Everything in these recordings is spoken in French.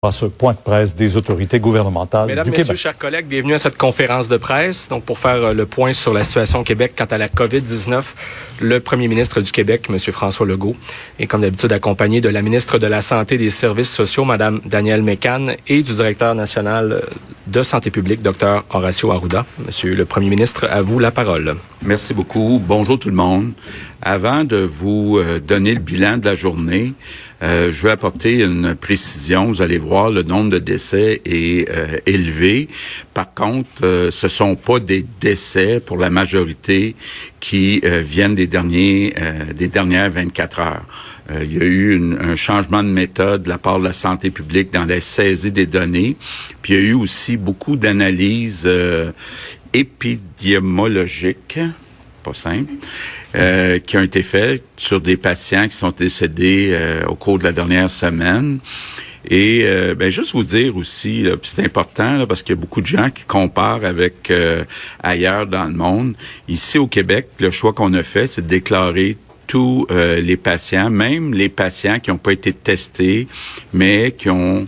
À ce point de presse des autorités gouvernementales Mesdames, du Messieurs, Québec. chers collègues, bienvenue à cette conférence de presse. Donc, pour faire le point sur la situation au Québec quant à la COVID-19, le premier ministre du Québec, M. François Legault, est comme d'habitude accompagné de la ministre de la Santé et des Services sociaux, Mme Danielle Mécan, et du directeur national de santé publique, Dr. Horacio Arruda. Monsieur le premier ministre, à vous la parole. Merci beaucoup. Bonjour tout le monde. Avant de vous donner le bilan de la journée, je veux apporter une précision. Vous allez voir, le nombre de décès est élevé. Par contre, ce sont pas des décès pour la majorité qui viennent des dernières 24 heures. Il y a eu un changement de méthode de la part de la santé publique dans la saisie des données. Puis il y a eu aussi beaucoup d'analyses épidémiologiques, pas simple, qui ont été faites sur des patients qui sont décédés au cours de la dernière semaine. Et juste vous dire aussi, là, puis c'est important là, parce qu'il y a beaucoup de gens qui comparent avec ailleurs dans le monde. Ici au Québec, le choix qu'on a fait, c'est de déclarer tous les patients, même les patients qui n'ont pas été testés, mais qui ont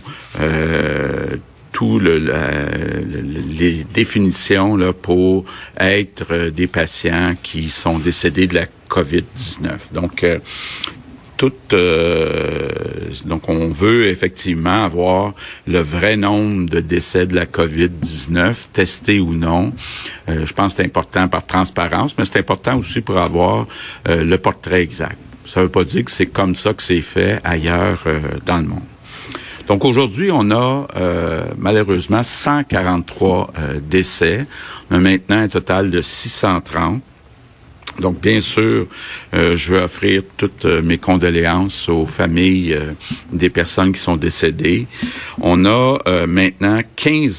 les définitions là pour être des patients qui sont décédés de la COVID-19. Donc, donc on veut effectivement avoir le vrai nombre de décès de la COVID-19, testés ou non. Je pense que c'est important par transparence, mais c'est important aussi pour avoir le portrait exact. Ça veut pas dire que c'est comme ça que c'est fait ailleurs dans le monde. Donc aujourd'hui, on a malheureusement 143 décès. On a maintenant un total de 630. Donc bien sûr, je veux offrir toutes mes condoléances aux familles des personnes qui sont décédées. On a maintenant 15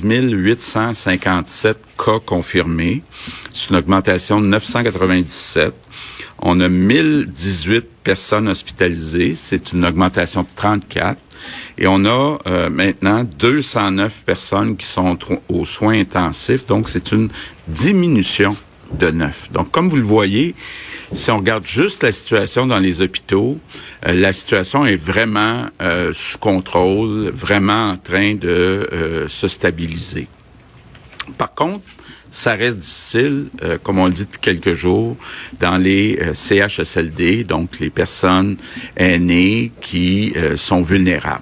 857 cas confirmés. C'est une augmentation de 997. On a 1018 personnes hospitalisées. C'est une augmentation de 34. Et on a maintenant 209 personnes qui sont aux soins intensifs. Donc, c'est une diminution de 9. Donc, comme vous le voyez, si on regarde juste la situation dans les hôpitaux, la situation est vraiment sous contrôle, vraiment en train de se stabiliser. Par contre, ça reste difficile, comme on le dit depuis quelques jours, dans les CHSLD, donc les personnes aînées qui sont vulnérables.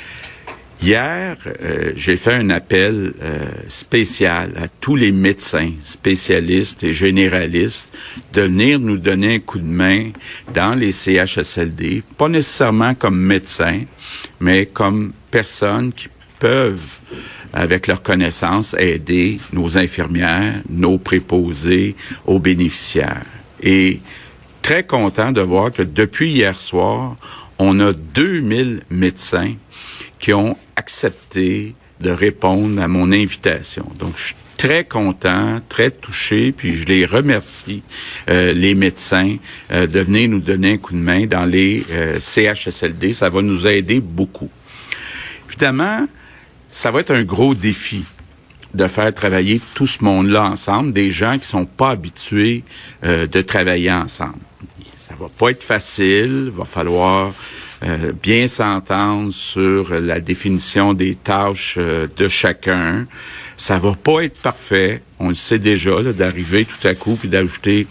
Hier, j'ai fait un appel spécial à tous les médecins, spécialistes et généralistes de venir nous donner un coup de main dans les CHSLD, pas nécessairement comme médecins, mais comme personnes qui peuvent, avec leurs connaissances, aider nos infirmières, nos préposés, aux bénéficiaires. Et très content de voir que depuis hier soir, on a 2000 médecins qui ont accepté de répondre à mon invitation. Donc, je suis très content, très touché, puis je les remercie, les médecins, de venir nous donner un coup de main dans les CHSLD. Ça va nous aider beaucoup. Évidemment, ça va être un gros défi de faire travailler tout ce monde-là ensemble, des gens qui sont pas habitués de travailler ensemble. Ça va pas être facile, va falloir bien s'entendre sur la définition des tâches de chacun. Ça va pas être parfait, on le sait déjà, là, d'arriver tout à coup puis d'ajouter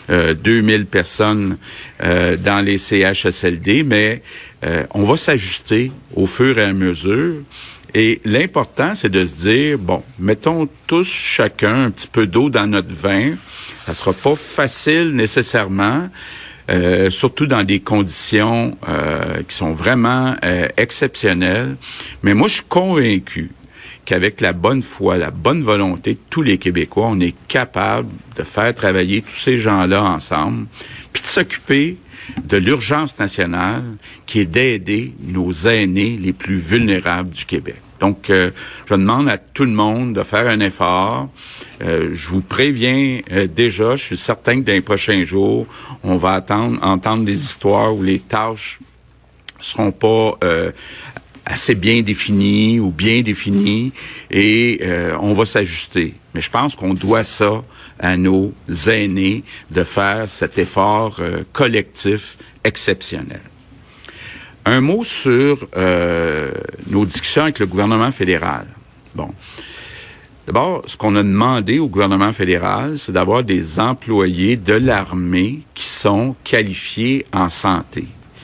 2000 personnes dans les CHSLD, mais on va s'ajuster au fur et à mesure. Et l'important, c'est de se dire, bon, mettons tous chacun un petit peu d'eau dans notre vin. Ça sera pas facile nécessairement, surtout dans des conditions qui sont vraiment exceptionnelles. Mais moi, je suis convaincu qu'avec la bonne foi, la bonne volonté de tous les Québécois, on est capable de faire travailler tous ces gens-là ensemble, puis de s'occuper de l'urgence nationale qui est d'aider nos aînés les plus vulnérables du Québec. Donc, je demande à tout le monde de faire un effort. Je vous préviens déjà, je suis certain que dans les prochains jours, on va entendre des histoires où les tâches seront pas assez bien définies ou bien définies et on va s'ajuster. Mais je pense qu'on doit ça à nos aînés de faire cet effort collectif exceptionnel. Un mot sur nos discussions avec le gouvernement fédéral. Bon. D'abord, ce qu'on a demandé au gouvernement fédéral, c'est d'avoir des employés de l'armée qui sont qualifiés en santé.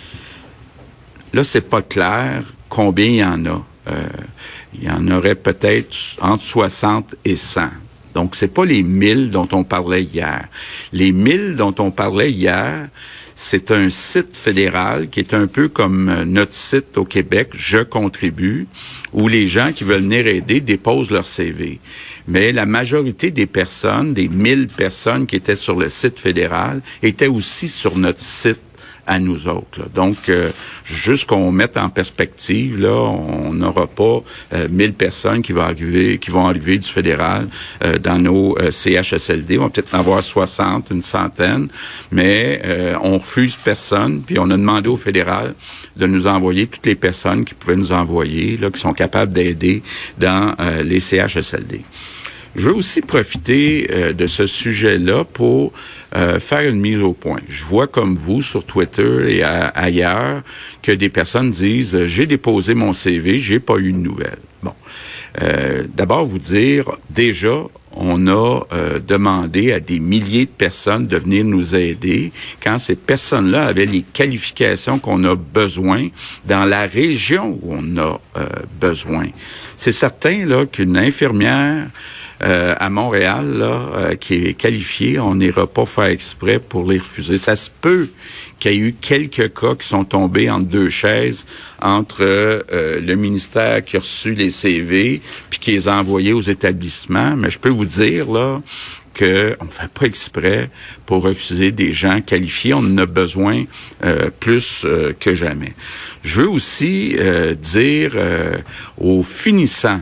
Là, c'est pas clair combien il y en a. Il y en aurait peut-être entre 60 et 100. Donc, c'est pas les 1000 dont on parlait hier. Les 1000 dont on parlait hier, c'est un site fédéral qui est un peu comme notre site au Québec, Je contribue, où les gens qui veulent venir aider déposent leur CV. Mais la majorité des personnes, des 1000 personnes qui étaient sur le site fédéral, étaient aussi sur notre site à nous autres. Là. Donc, juste qu'on mette en perspective, là, on n'aura pas 1000 personnes qui vont arriver du fédéral dans nos CHSLD. On va peut-être en avoir 60, une centaine, mais on refuse personne. Puis on a demandé au fédéral de nous envoyer toutes les personnes qui pouvaient nous envoyer, là, qui sont capables d'aider dans les CHSLD. Je veux aussi profiter de ce sujet-là pour faire une mise au point. Je vois comme vous sur Twitter et ailleurs que des personnes disent « J'ai déposé mon CV, j'ai pas eu de nouvelles ». Bon, d'abord vous dire, déjà, on a demandé à des milliers de personnes de venir nous aider quand ces personnes-là avaient les qualifications qu'on a besoin dans la région où on a besoin. C'est certain là qu'une infirmière à Montréal, là, qui est qualifié, on n'ira pas faire exprès pour les refuser. Ça se peut qu'il y ait eu quelques cas qui sont tombés entre deux chaises, entre le ministère qui a reçu les CV puis qui les a envoyés aux établissements. Mais je peux vous dire, là, que on ne fait pas exprès pour refuser des gens qualifiés. On en a besoin plus que jamais. Je veux aussi dire aux finissants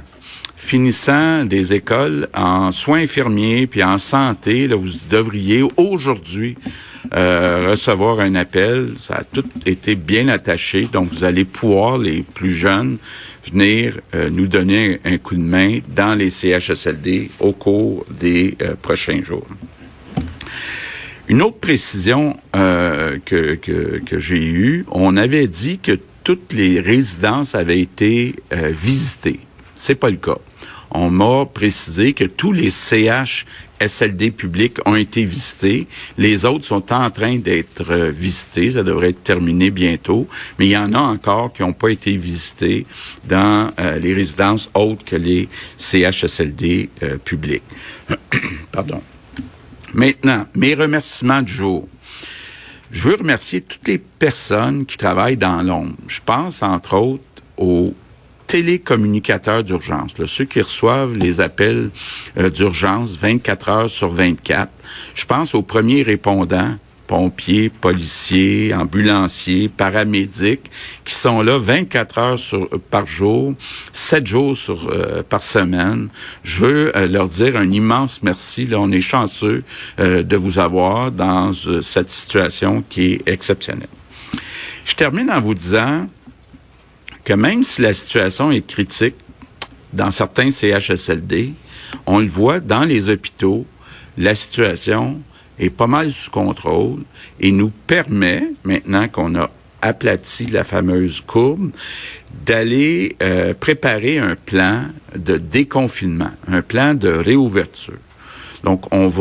des écoles en soins infirmiers puis en santé, là, vous devriez aujourd'hui recevoir un appel. Ça a tout été bien attaché, donc vous allez pouvoir, les plus jeunes, venir nous donner un coup de main dans les CHSLD au cours des prochains jours. Une autre précision que j'ai eue, on avait dit que toutes les résidences avaient été visitées. C'est pas le cas. On m'a précisé que tous les CHSLD publics ont été visités. Les autres sont en train d'être visités. Ça devrait être terminé bientôt. Mais il y en a encore qui n'ont pas été visités dans les résidences autres que les CHSLD publics. Pardon. Maintenant, mes remerciements du jour. Je veux remercier toutes les personnes qui travaillent dans l'ombre. Je pense, entre autres, aux télécommunicateurs d'urgence, là, ceux qui reçoivent les appels d'urgence 24 heures sur 24. Je pense aux premiers répondants, pompiers, policiers, ambulanciers, paramédics, qui sont là 24 heures par jour, 7 jours par semaine. Je veux leur dire un immense merci. Là, on est chanceux de vous avoir dans cette situation qui est exceptionnelle. Je termine en vous disant que même si la situation est critique dans certains CHSLD, on le voit dans les hôpitaux, la situation est pas mal sous contrôle et nous permet, maintenant qu'on a aplati la fameuse courbe, d'aller préparer un plan de déconfinement, un plan de réouverture. Donc, on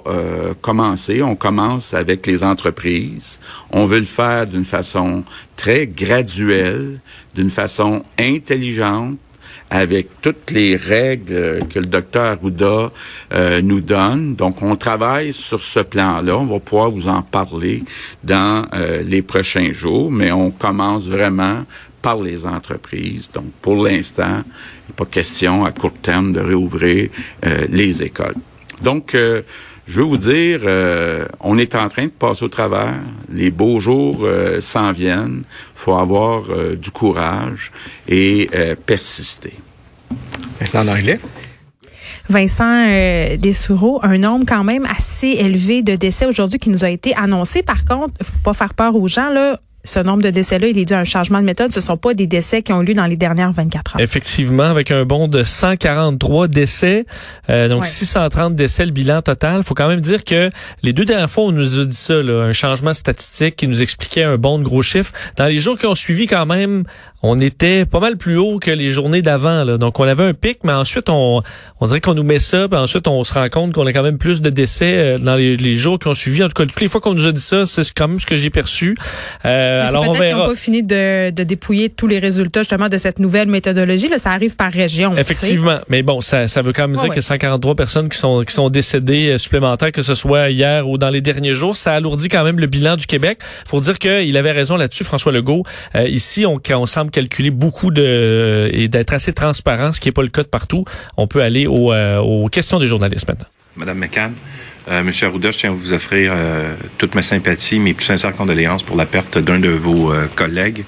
commence avec les entreprises. On veut le faire d'une façon très graduelle, d'une façon intelligente, avec toutes les règles que le docteur Arruda nous donne. Donc, on travaille sur ce plan-là. On va pouvoir vous en parler dans les prochains jours, mais on commence vraiment par les entreprises. Donc, pour l'instant, il n'est pas question à court terme de réouvrir les écoles. Donc, je veux vous dire, on est en train de passer au travers. Les beaux jours s'en viennent. Il faut avoir du courage et persister. Maintenant en anglais. Vincent Dessoureau, un nombre quand même assez élevé de décès aujourd'hui qui nous a été annoncé. Par contre, il ne faut pas faire peur aux gens, là. ce nombre de décès-là, il est dû à un changement de méthode. Ce ne sont pas des décès qui ont eu lieu dans les dernières 24 heures. Effectivement, avec un bond de 143 décès, donc 630 décès le bilan total. Il faut quand même dire que les 2 dernières fois, on nous a dit ça, là, un changement statistique qui nous expliquait un bond de gros chiffres. Dans les jours qui ont suivi, quand même, on était pas mal plus haut que les journées d'avant, là. Donc, on avait un pic, mais ensuite, on dirait qu'on nous met ça, puis ensuite, on se rend compte qu'on a quand même plus de décès dans les jours qui ont suivi. En tout cas, toutes les fois qu'on nous a dit ça, c'est quand même ce que j'ai perçu. Alors, on verra. Ils n'ont pas fini de dépouiller tous les résultats, justement, de cette nouvelle méthodologie. Là, ça arrive par région. Effectivement. Mais bon, ça veut quand même dire que 143 personnes qui sont décédées supplémentaires, que ce soit hier ou dans les derniers jours. Ça alourdit quand même le bilan du Québec. Faut dire qu'il avait raison là-dessus, François Legault. Ici, on semble calculer beaucoup et d'être assez transparent, ce qui n'est pas le cas de partout. On peut aller aux questions des journalistes maintenant. Madame McCann, Monsieur Arruda, je tiens à vous offrir toute ma sympathie, mes plus sincères condoléances pour la perte d'un de vos collègues,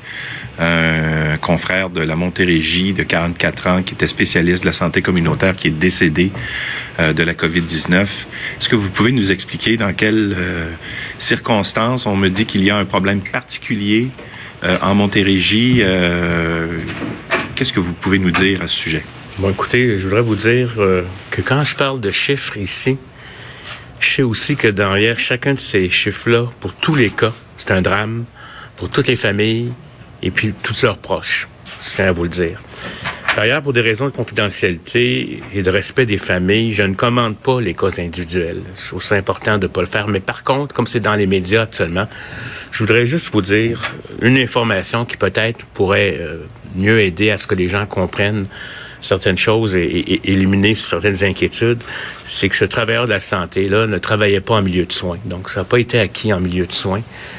un confrère de la Montérégie de 44 ans qui était spécialiste de la santé communautaire qui est décédé de la COVID-19. Est-ce que vous pouvez nous expliquer dans quelles circonstances on me dit qu'il y a un problème particulier en Montérégie? Qu'est-ce que vous pouvez nous dire à ce sujet? Bon, écoutez, je voudrais vous dire que quand je parle de chiffres ici, je sais aussi que derrière chacun de ces chiffres-là, pour tous les cas, c'est un drame pour toutes les familles et puis tous leurs proches. Je tiens à vous le dire. Par ailleurs, pour des raisons de confidentialité et de respect des familles, je ne commande pas les cas individuels. Je trouve ça important de ne pas le faire. Mais par contre, comme c'est dans les médias actuellement, je voudrais juste vous dire une information qui peut-être pourrait mieux aider à ce que les gens comprennent certaines choses et éliminer certaines inquiétudes, c'est que ce travailleur de la santé-là ne travaillait pas en milieu de soins. Donc, ça n'a pas été acquis en milieu de soins.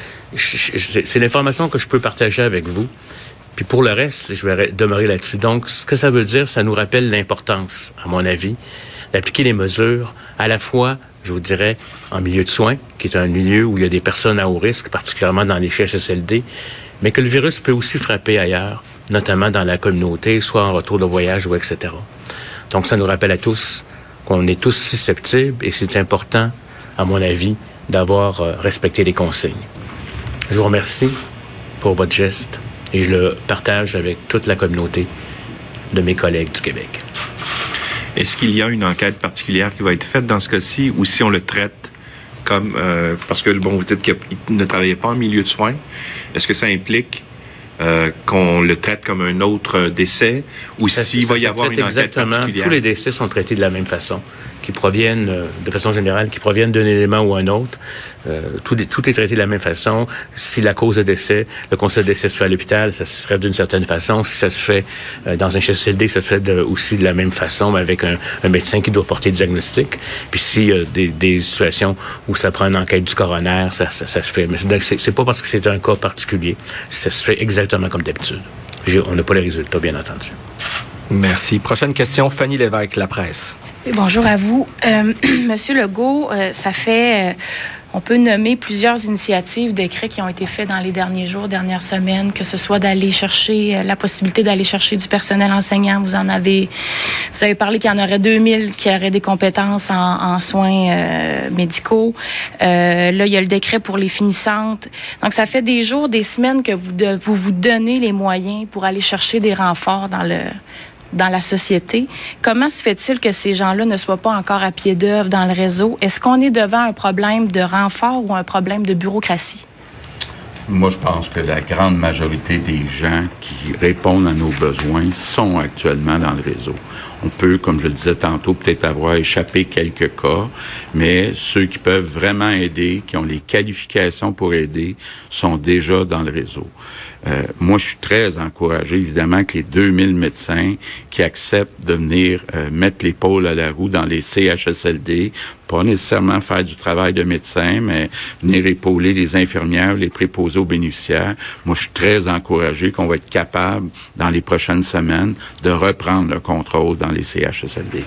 C'est l'information que je peux partager avec vous. Puis pour le reste, je vais demeurer là-dessus. Donc, ce que ça veut dire, ça nous rappelle l'importance, à mon avis, d'appliquer les mesures à la fois, je vous dirais, en milieu de soins, qui est un milieu où il y a des personnes à haut risque, particulièrement dans les CHSLD, mais que le virus peut aussi frapper ailleurs, notamment dans la communauté, soit en retour de voyage ou etc. Donc, ça nous rappelle à tous qu'on est tous susceptibles et c'est important, à mon avis, d'avoir respecté les consignes. Je vous remercie pour votre geste et je le partage avec toute la communauté de mes collègues du Québec. Est-ce qu'il y a une enquête particulière qui va être faite dans ce cas-ci ou si on le traite comme... parce que, bon, vous dites qu'il ne travaillait pas en milieu de soins. Est-ce que ça implique qu'on le traite comme un autre décès ou s'il va y avoir une enquête particulière? Tous les décès sont traités de la même façon, qui proviennent, de façon générale, qui proviennent d'un élément ou un autre. Tout est traité de la même façon. Si la cause de décès, le constat de décès se fait à l'hôpital, ça se fait d'une certaine façon. Si ça se fait dans un CHSLD, ça se fait aussi de la même façon, mais avec un médecin qui doit porter le diagnostic. Puis s'il y a des situations où ça prend une enquête du coroner, ça se fait. Mais c'est pas parce que c'est un cas particulier. Ça se fait exactement comme d'habitude. On n'a pas les résultats, bien entendu. Merci. Prochaine question, Fanny Lévesque, La Presse. Et bonjour à vous. Monsieur Legault, ça fait... on peut nommer plusieurs initiatives, décrets qui ont été faits dans les derniers jours, dernières semaines, que ce soit d'aller chercher la possibilité d'aller chercher du personnel enseignant. Vous avez parlé qu'il y en aurait 2000 qui auraient des compétences en soins médicaux. Là, il y a le décret pour les finissantes. Donc, ça fait des jours, des semaines que vous donnez les moyens pour aller chercher des renforts dans la société. Comment se fait-il que ces gens-là ne soient pas encore à pied d'œuvre dans le réseau? Est-ce qu'on est devant un problème de renfort ou un problème de bureaucratie? Moi, je pense que la grande majorité des gens qui répondent à nos besoins sont actuellement dans le réseau. On peut, comme je le disais tantôt, peut-être avoir échappé quelques cas, mais ceux qui peuvent vraiment aider, qui ont les qualifications pour aider, sont déjà dans le réseau. Moi, je suis très encouragé, évidemment, que les 2000 médecins qui acceptent de venir mettre l'épaule à la roue dans les CHSLD, pas nécessairement faire du travail de médecin, mais venir épauler les infirmières, les préposés aux bénéficiaires. Moi, je suis très encouragé qu'on va être capable, dans les prochaines semaines, de reprendre le contrôle dans les CHSLD.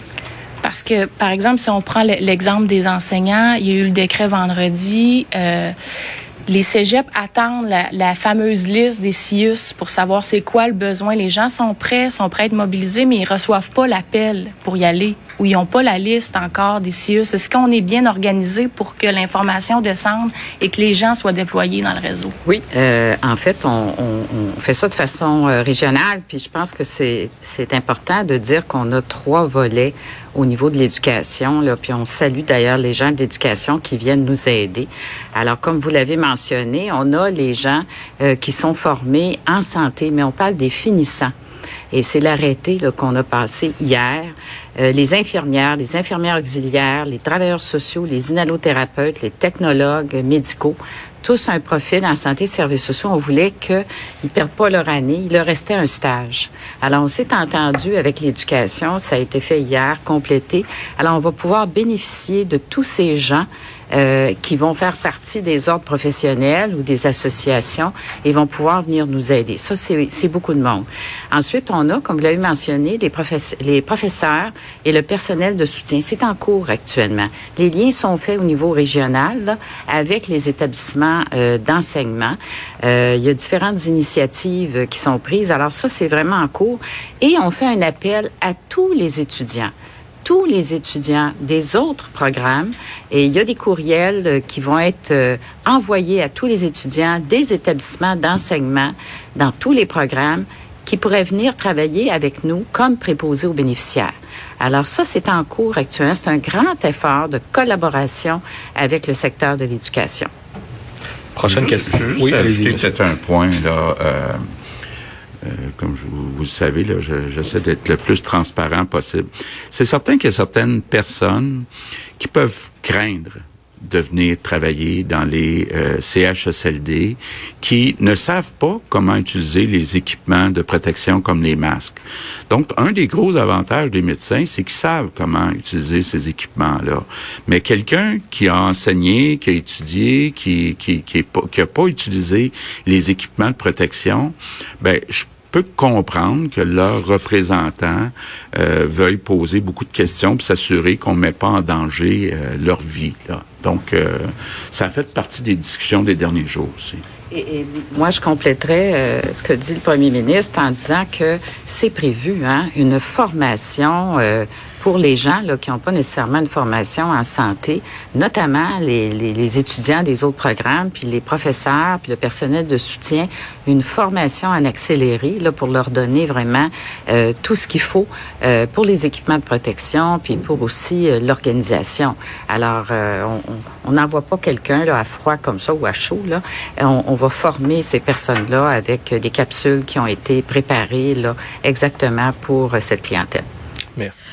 Parce que, par exemple, si on prend l'exemple des enseignants, il y a eu le décret vendredi. Les cégeps attendent la fameuse liste des CIUS pour savoir c'est quoi le besoin. Les gens sont prêts à être mobilisés, mais ils reçoivent pas l'appel pour y aller, ou ils n'ont pas la liste encore des CIUS. Est-ce qu'on est bien organisé pour que l'information descende et que les gens soient déployés dans le réseau? Oui, en fait, on fait ça de façon régionale, puis je pense que c'est important de dire qu'on a 3 volets au niveau de l'éducation, là, puis on salue d'ailleurs les gens de l'éducation qui viennent nous aider. Alors, comme vous l'avez mentionné, on a les gens qui sont formés en santé, mais on parle des finissants. Et c'est l'arrêté là, qu'on a passé hier. Les infirmières auxiliaires, les travailleurs sociaux, les inhalothérapeutes, les technologues médicaux, tous un profil en santé et services sociaux. On voulait qu'ils ne perdent pas leur année. Il leur restait un stage. Alors, on s'est entendu avec l'éducation. Ça a été fait hier, complété. Alors, on va pouvoir bénéficier de tous ces gens qui vont faire partie des ordres professionnels ou des associations et vont pouvoir venir nous aider. Ça, c'est beaucoup de monde. Ensuite, on a, comme vous l'avez mentionné, les professeurs et le personnel de soutien. C'est en cours actuellement. Les liens sont faits au niveau régional là, avec les établissements d'enseignement. Il y a différentes initiatives qui sont prises. Alors ça, c'est vraiment en cours. Et on fait un appel à tous les étudiants des autres programmes. Et il y a des courriels qui vont être envoyés à tous les étudiants des établissements d'enseignement dans tous les programmes qui pourraient venir travailler avec nous comme préposés aux bénéficiaires. Alors ça, c'est en cours actuellement. C'est un grand effort de collaboration avec le secteur de l'éducation. Prochaine question. Oui, allez-y. Peut-être un point, là. Comme vous le savez, là, j'essaie d'être le plus transparent possible. C'est certain qu'il y a certaines personnes qui peuvent craindre de venir travailler dans les CHSLD qui ne savent pas comment utiliser les équipements de protection comme les masques. Donc, un des gros avantages des médecins, c'est qu'ils savent comment utiliser ces équipements-là. Mais quelqu'un qui a enseigné, qui a étudié, qui a pas utilisé les équipements de protection, je peux comprendre que leurs représentants veuillent poser beaucoup de questions pour s'assurer qu'on ne met pas en danger leur vie, là. Donc, ça a fait partie des discussions des derniers jours aussi. Et moi, je compléterais ce que dit le premier ministre en disant que c'est prévu, une formation pour les gens là, qui n'ont pas nécessairement une formation en santé, notamment les étudiants des autres programmes, puis les professeurs, puis le personnel de soutien, une formation en accéléré là, pour leur donner vraiment tout ce qu'il faut pour les équipements de protection, puis pour aussi l'organisation. Alors, on n'envoie pas quelqu'un là, à froid comme ça ou à chaud. Là. On va former ces personnes-là avec des capsules qui ont été préparées là, exactement pour cette clientèle. Merci.